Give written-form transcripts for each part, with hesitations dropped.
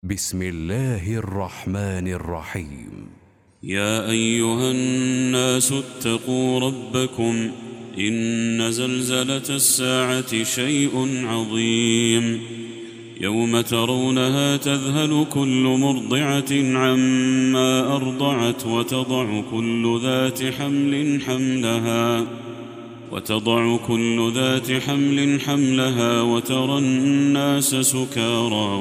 بسم الله الرحمن الرحيم. يا أيها الناس اتقوا ربكم إن زلزلة الساعة شيء عظيم يوم ترونها تذهل كل مرضعة عما أرضعت وتضع كل ذات حمل حملها وترى الناس سكارى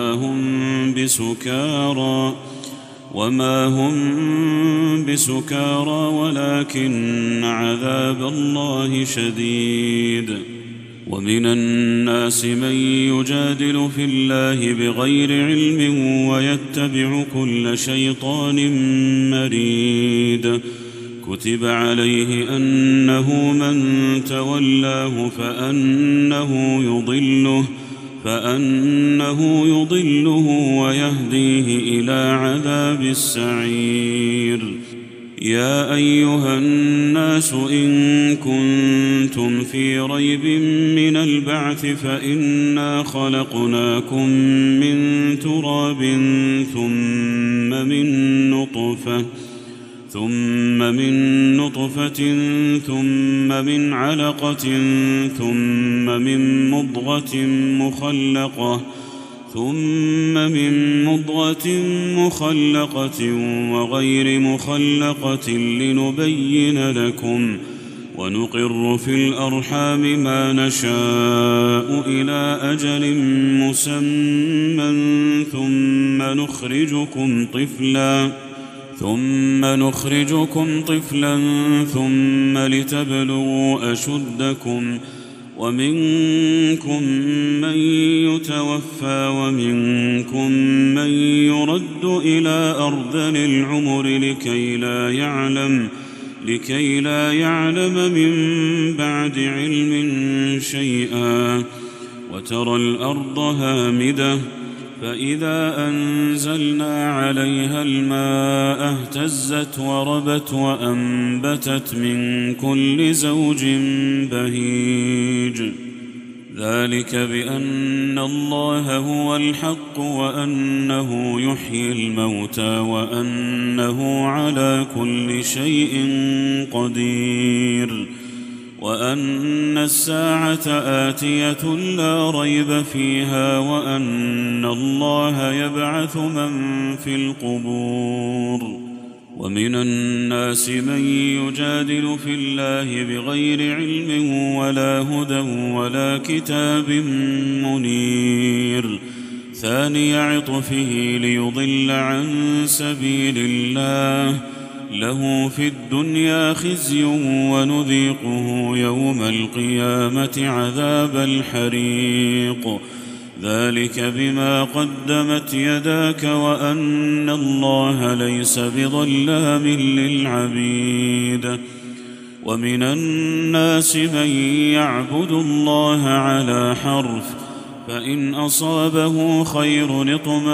وما هم بسكارى ولكن عذاب الله شديد. ومن الناس من يجادل في الله بغير علم ويتبع كل شيطان مريد. كتب عليه أنه من تولاه فأنه يضله ويهديه إلى عذاب السعير. يا أيها الناس إن كنتم في ريب من البعث فإنا خلقناكم من تراب ثم من نطفة ثم من علقة ثم من مضغة مخلقة وغير مخلقة لنبين لكم ونقر في الأرحام ما نشاء إلى أجل مسمى ثم نخرجكم طفلا ثم لتبلغوا أشدكم ومنكم من يتوفى ومنكم من يرد إلى أرذل العمر لكي لا يعلم من بعد علم شيئا. وترى الأرض هامدة فإذا أنزلنا عليها الماء اهتزت وربت وأنبتت من كل زوج بهيج. ذلك بأن الله هو الحق وأنه يحيي الموتى وأنه على كل شيء قدير وأن الساعة آتية لا ريب فيها وأن الله يبعث من في القبور. ومن الناس من يجادل في الله بغير علم ولا هدى ولا كتاب منير. ثاني عطفه ليضل عن سبيل الله له في الدنيا خزي ونذيقه يوم القيامة عذاب الحريق. ذلك بما قدمت يداك وأن الله ليس بظلام للعبيد. ومن الناس من يعبد الله على حرف فإن أصابه خير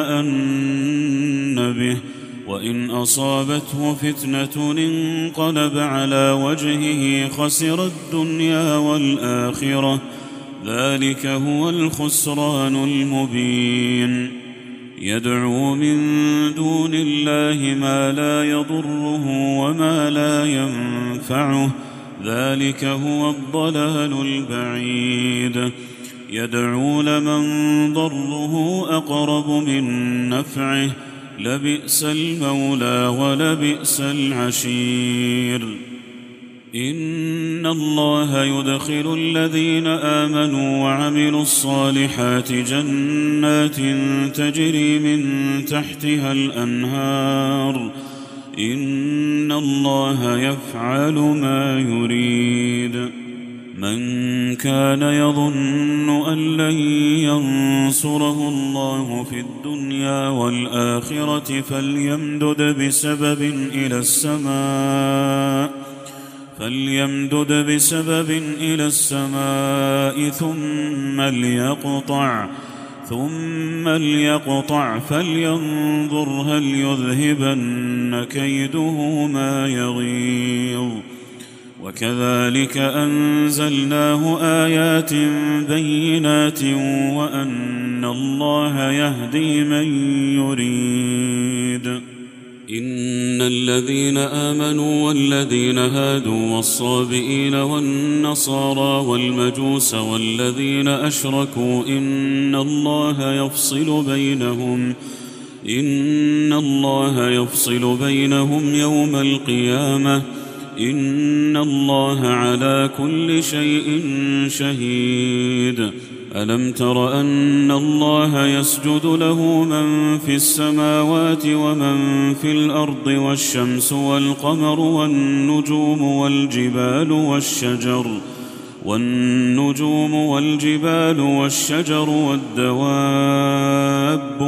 اطمأن به وإن أصابته فتنة انقلب على وجهه خسر الدنيا والآخرة. ذلك هو الخسران المبين. يدعو من دون الله ما لا يضره وما لا ينفعه. ذلك هو الضلال البعيد. يدعو لمن ضره أقرب من نفعه لبئس المولى ولبئس العشير. إن الله يدخل الذين آمنوا وعملوا الصالحات جنات تجري من تحتها الأنهار. إن الله يفعل ما يريد. من كان يظن أن لن ينصره الله في الدنيا والآخرة فليمدد بسبب إلى السماء ثم ليقطع فلينظر هل يذهبن كيده ما يغيظ. وكذلك أنزلناه آيات بينات وأن الله يهدي من يريد. إن الذين آمنوا والذين هادوا والصابئين والنصارى والمجوس والذين أشركوا إن الله يفصل بينهم يوم القيامة إن الله على كل شيء شهيد. ألم تر أن الله يسجد له من في السماوات ومن في الأرض والشمس والقمر والنجوم والجبال والشجر والدواب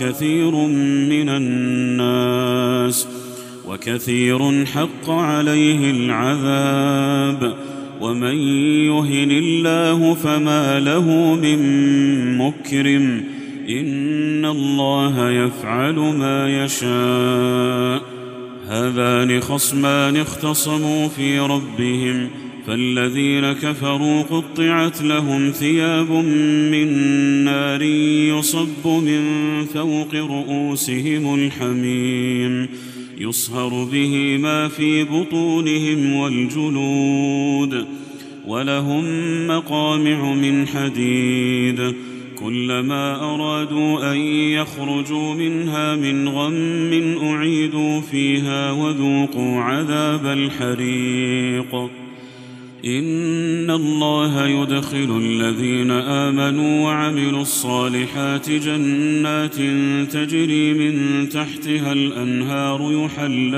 وكثير حق عليه العذاب ومن يهن الله فما له من مكرم إن الله يفعل ما يشاء. هذان خصمان اختصموا في ربهم فالذين كفروا قطعت لهم ثياب من نار يصب من فوق رؤوسهم الحميم يصهر به ما في بطونهم والجلود ولهم مقامع من حديد كلما أرادوا أن يخرجوا منها من غم أعيدوا فيها وذوقوا عذاب الحريق. إن الله يدخل الذين آمنوا وعملوا الصالحات جنات تجري من تحتها الأنهار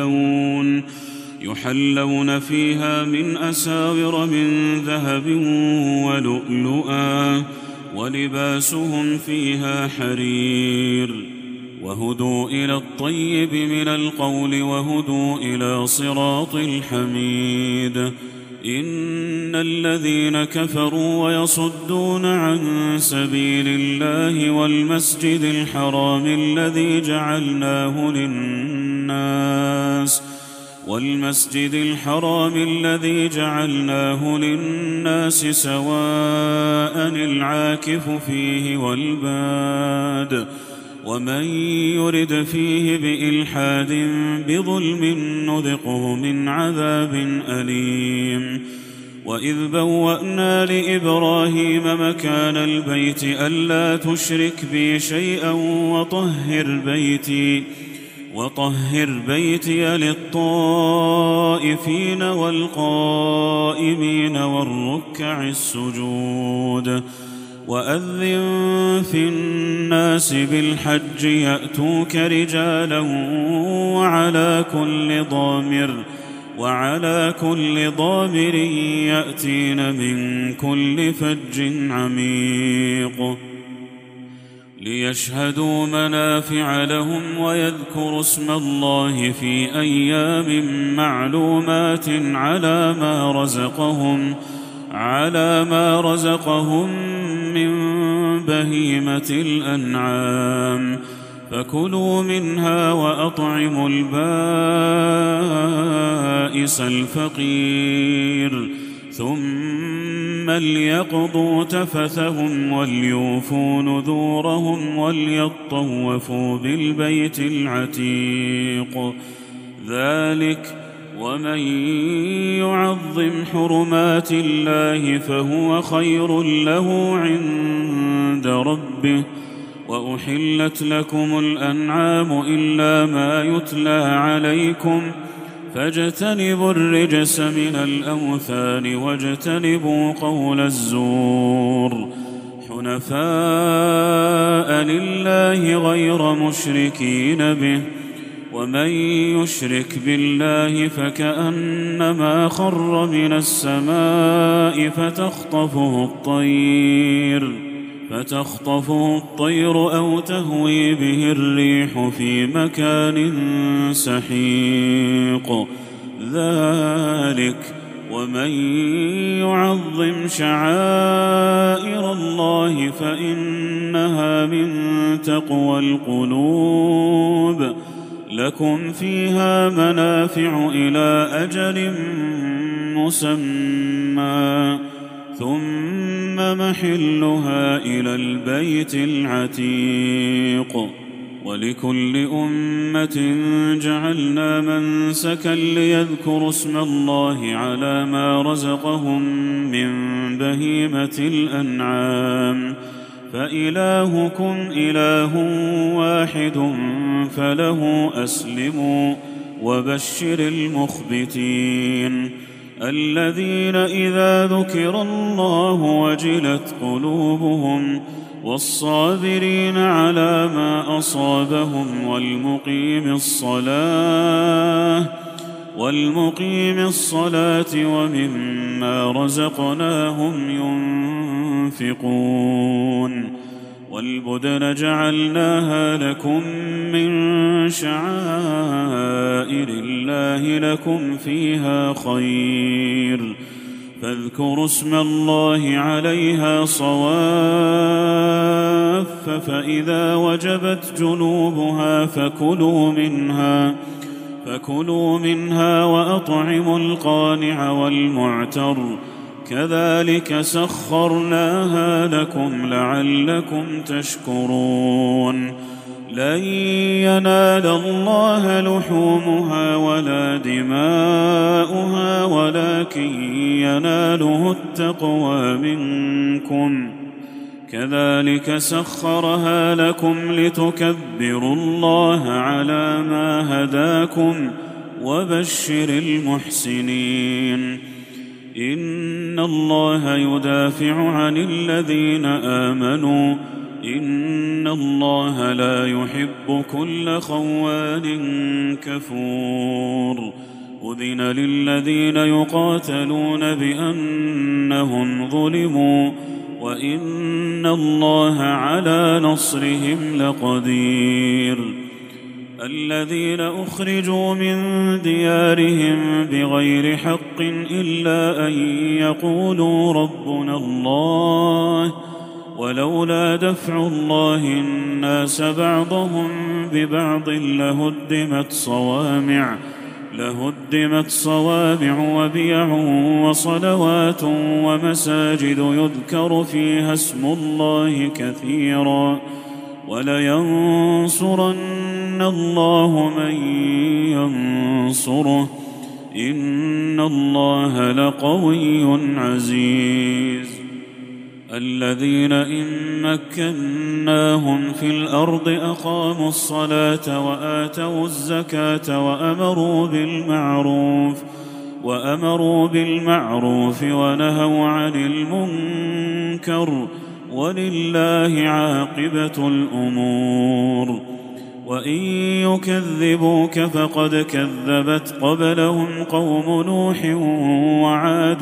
يحلون فيها من أساور من ذهب ولؤلؤا ولباسهم فيها حرير وهدوا إلى الطيب من القول وهدوا إلى صراط الحميد. إن الذين كفروا ويصدون عن سبيل الله والمسجد الحرام الذي جعلناه للناس سواء العاكف فيه والباد ومن يرد فيه بإلحاد بظلم نذقه من عذاب أليم. وإذ بوأنا لإبراهيم مكان البيت ألا تشرك بي شيئا وطهر بيتي للطائفين والقائمين والركع السجود. وأذن في الناس بالحج يأتوك رجالا وعلى كل ضامر يأتين من كل فج عميق ليشهدوا منافع لهم ويذكروا اسم الله في أيام معلومات على ما رزقهم من بهيمة الأنعام فكلوا منها وأطعموا البائس الفقير ثم ليقضوا تفثهم وليوفوا نذورهم وليطوفوا بالبيت العتيق. ذلك ومن يعظم حرمات الله فهو خير له عند ربه. وأحلت لكم الأنعام إلا ما يتلى عليكم فاجتنبوا الرجس من الأوثان واجتنبوا قول الزور حنفاء لله غير مشركين به ومن يشرك بالله فكأنما خر من السماء فتخطفه الطير أو تهوي به الريح في مكان سحيق. ذلك ومن يعظم شعائر الله فإنها من تقوى القلوب. لكم فيها منافع إلى أجل مسمى ثم محلها إلى البيت العتيق. ولكل أمة جعلنا منسكا ليذكروا اسم الله على ما رزقهم من بهيمة الأنعام، فإلهكم إله واحد فله أسلموا وبشر المخبتين الذين إذا ذكر الله وجلت قلوبهم، والصابرين على ما أصابهم والمقيم الصلاة ومما رزقناهم ينفقون. والبدن جعلناها لكم من شعائر الله لكم فيها خير، فاذكروا اسم الله عليها صواف، فإذا وجبت جنوبها فكلوا منها وأطعموا القانع والمعتر، كذلك سخرناها لكم لعلكم تشكرون. لن ينال الله لحومها ولا دماؤها ولكن يناله التقوى منكم، كذلك سخرها لكم لتكبروا الله على ما هداكم وبشر المحسنين. إن الله يدافع عن الذين آمنوا، إن الله لا يحب كل خوان كفور. أذن للذين يقاتلون بأنهم ظلموا، وإن الله على نصرهم لقدير. الذين أخرجوا من ديارهم بغير حق إلا أن يقولوا ربنا الله، ولولا دفع الله الناس بعضهم ببعض لهدمت صوامع وبيع وصلوات ومساجد يذكر فيها اسم الله كثيرا، ولينصرن الله من ينصره، إن الله لقوي عزيز. الذين إن مكناهم في الأرض أقاموا الصلاة وآتوا الزكاة وأمروا بالمعروف ونهوا عن المنكر، ولله عاقبة الأمور. وإن يكذبوك فقد كذبت قبلهم قوم نوح وعاد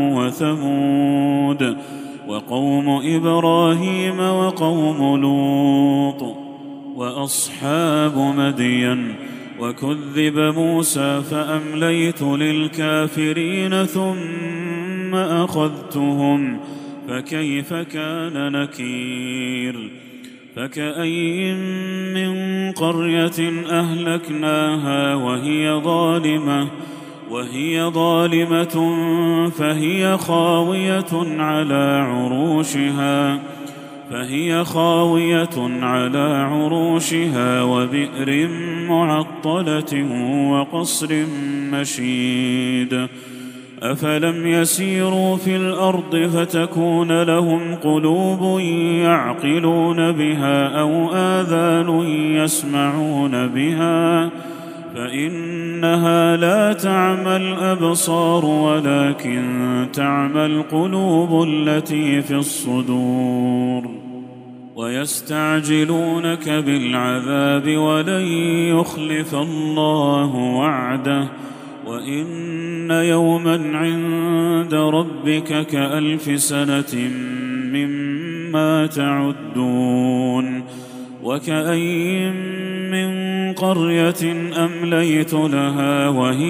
وثمود وقوم إبراهيم وقوم لوط وأصحاب مدين، وكذب موسى فأمليت للكافرين ثم أخذتهم فكيف كان نكير. فكأين من قرية أهلكناها وهي ظالمة فهي خاوية على عروشها وبئر معطلة وقصر مشيد. أفلم يسيروا في الأرض فتكون لهم قلوب يعقلون بها أو آذان يسمعون بها، فإنها لا تعمى الأبصار ولكن تعمى القلوب التي في الصدور. ويستعجلونك بالعذاب ولن يخلف الله وعده، وإن يوما عند ربك كألف سنة مما تعدون. وكأين من قرية أمليت لها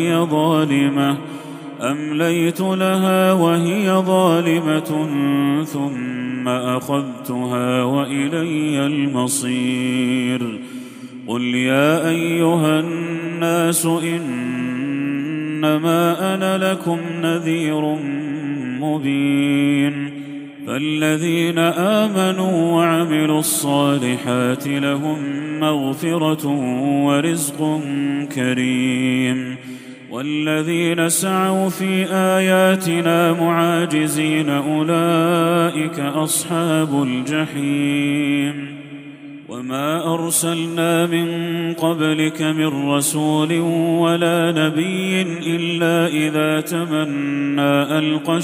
وهي ظالمة ثم أخذتها وإلي المصير. قل يا أيها الناس إنما أنا لكم نذير مبين. فالذين آمنوا وعملوا الصالحات لهم مغفرة ورزق كريم. والذين سعوا في آياتنا معاجزين أولئك أصحاب الجحيم. وما أرسلنا من قبلك من رسول ولا نبي إلا إذا تمنى ألقى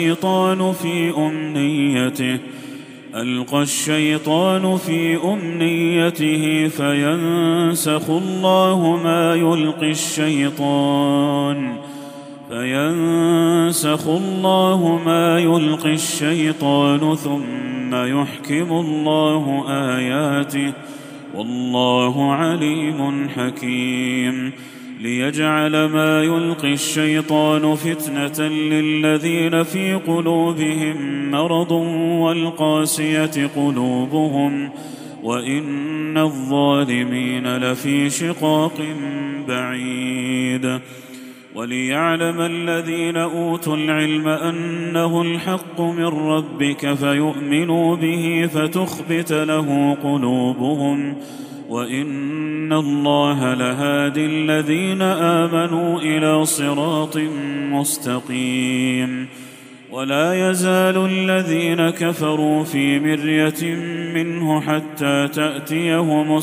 الشيطان في أمنيته فينسخ الله ما يلقي الشيطان ثم يحكم الله آياته والله عليم حكيم. ليجعل ما يلقي الشيطان فتنة للذين في قلوبهم مرض والقاسية قلوبهم وإن الظالمين لفي شقاق بعيد. وليعلم الذين أوتوا العلم أنه الحق من ربك فيؤمنوا به فتخبت له قلوبهم وإن الله لهادي الذين آمنوا إلى صراط مستقيم. ولا يزال الذين كفروا في مرية منه حتى تأتيهم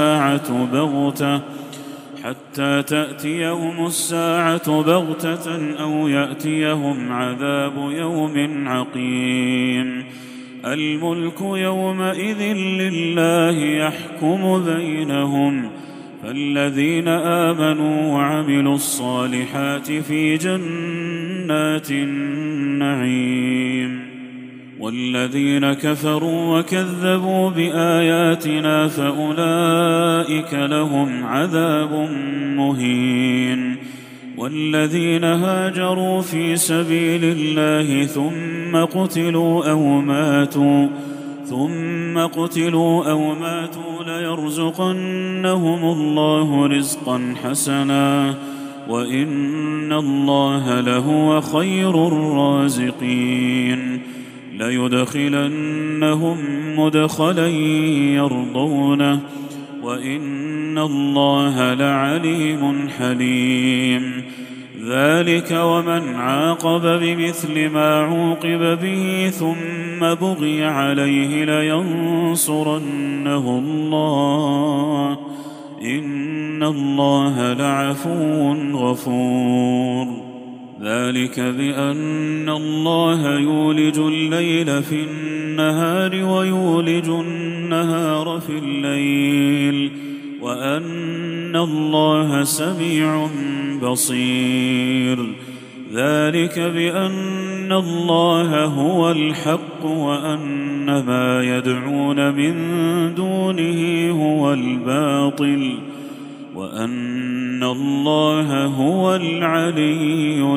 الساعة بغتة أو يأتيهم عذاب يوم عقيم. الملك يومئذ لله يحكم بينهم. فالذين آمنوا وعملوا الصالحات في جنات النعيم. والذين كفروا وكذبوا بآياتنا فأولئك لهم عذاب مهين. والذين هاجروا في سبيل الله ثم قتلوا أو ماتوا ليرزقنهم الله رزقا حسنا وإن الله لهو خير الرازقين. ليدخلنهم مدخلا يرضونه وإن الله لعليم حليم. ذلك ومن عاقب بمثل ما عوقب به ثم بغي عليه لينصرنه الله إن الله لعفو غفور. ذلك بأن الله يولج الليل في النهار ويولج النهار في الليل وأن الله سميع بصير. ذلك بأن الله هو الحق وأن ما يدعون من دونه هو الباطل وأن الله هو العلي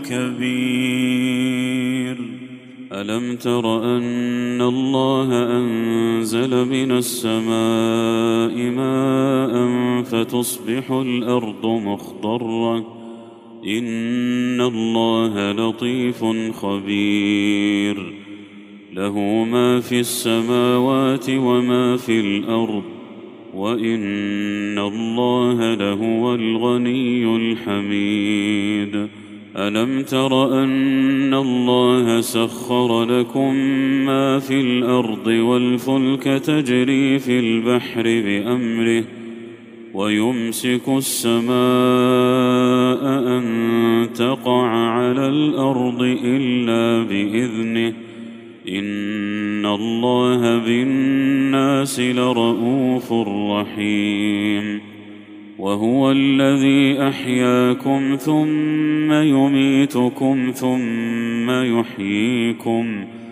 الكبير. ألم تر أن الله أنزل من السماء ماء فتصبح الأرض مخضرة إن الله لطيف خبير. له ما في السماوات وما في الأرض وإن الله لهو الغني الحميد. ألم تر أن الله سخر لكم ما في الأرض والفلك تجري في البحر بأمره ويمسك السماء أن تقع على الأرض إلا بإذنه إن الله بالناس لرءوف رحيم. وهو الذي أحياكم ثم يميتكم ثم يحييكم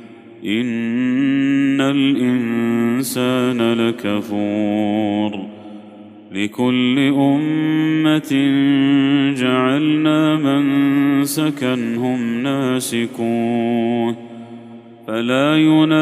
إن الإنسان لكفور. لكل أمة جعلنا منسكا هم ناسكوه فلا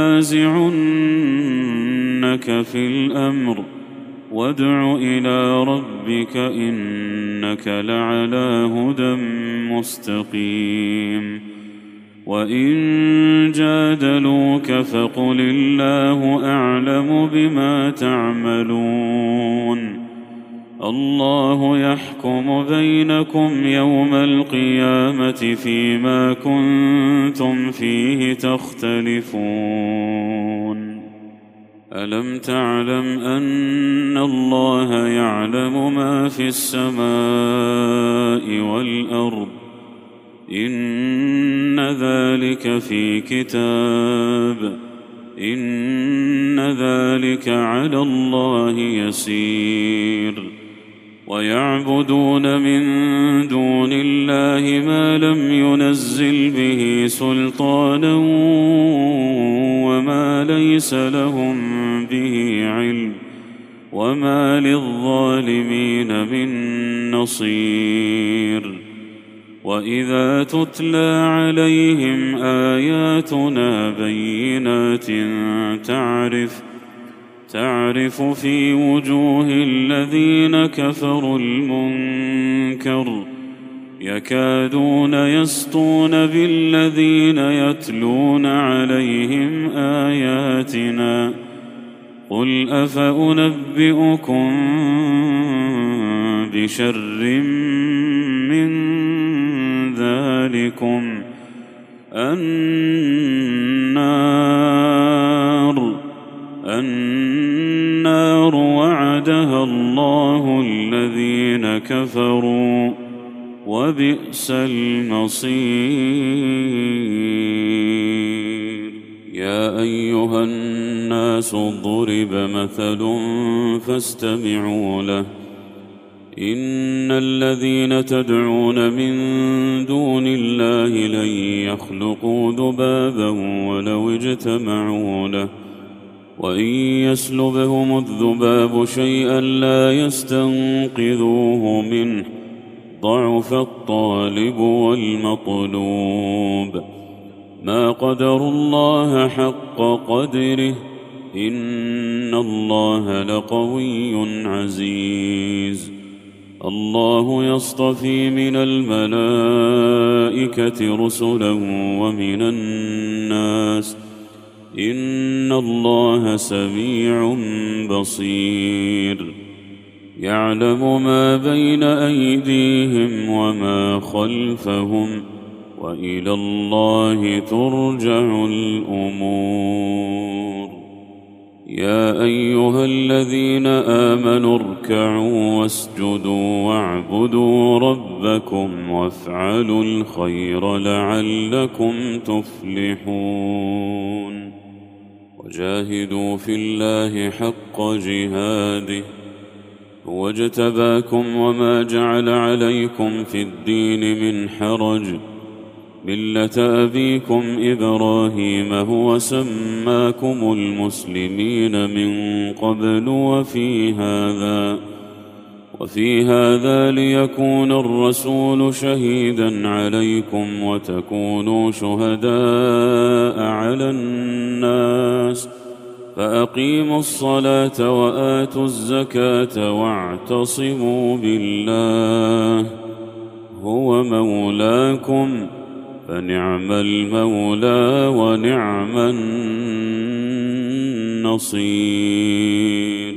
ينازعنك في الأمر وادع إلى ربك إنك لعلى هدى مستقيم. وإن جادلوك فقل الله أعلم بما تعملون الله يحكم بينكم يوم القيامة فيما كنتم فيه تختلفون ألم تعلم أن الله يعلم ما في السماء والأرض إن ذلك في كتاب إن ذلك على الله يسير ويعبدون من دون الله ما لم ينزل به سلطانا وما ليس لهم به علم وما للظالمين من نصير وإذا تتلى عليهم آياتنا بينات تعرف في وجوه الذين كفروا المنكر يكادون يسطون بالذين يتلون عليهم آياتنا قل أفأنبئكم بشر من ذلكم النار وعدها الله الذين كفروا وبئس المصير يا أيها الناس ضرب مثل فاستمعوا له إن الذين تدعون من دون الله لن يخلقوا ذبابا ولو اجتمعوا له وإن يسلبهم الذباب شيئا لا يستنقذوه منه ضعف الطالب والمطلوب ما قدروا الله حق قدره إن الله لقوي عزيز الله يصطفي من الملائكة رسلا ومن الناس إن الله سميع بصير يعلم ما بين أيديهم وما خلفهم وإلى الله ترجع الأمور يا أيها الذين آمنوا اركعوا واسجدوا واعبدوا ربكم وافعلوا الخير لعلكم تفلحون وجاهدوا في الله حق جهاده هو اجتباكم وما جعل عليكم في الدين من حرج ملة أبيكم إبراهيم هو سماكم المسلمين من قبل وفي هذا ليكون الرسول شهيدا عليكم وتكونوا شهداء على الناس فأقيموا الصلاة وآتوا الزكاة واعتصموا بالله هو مولاكم فنعم المولى ونعم النصير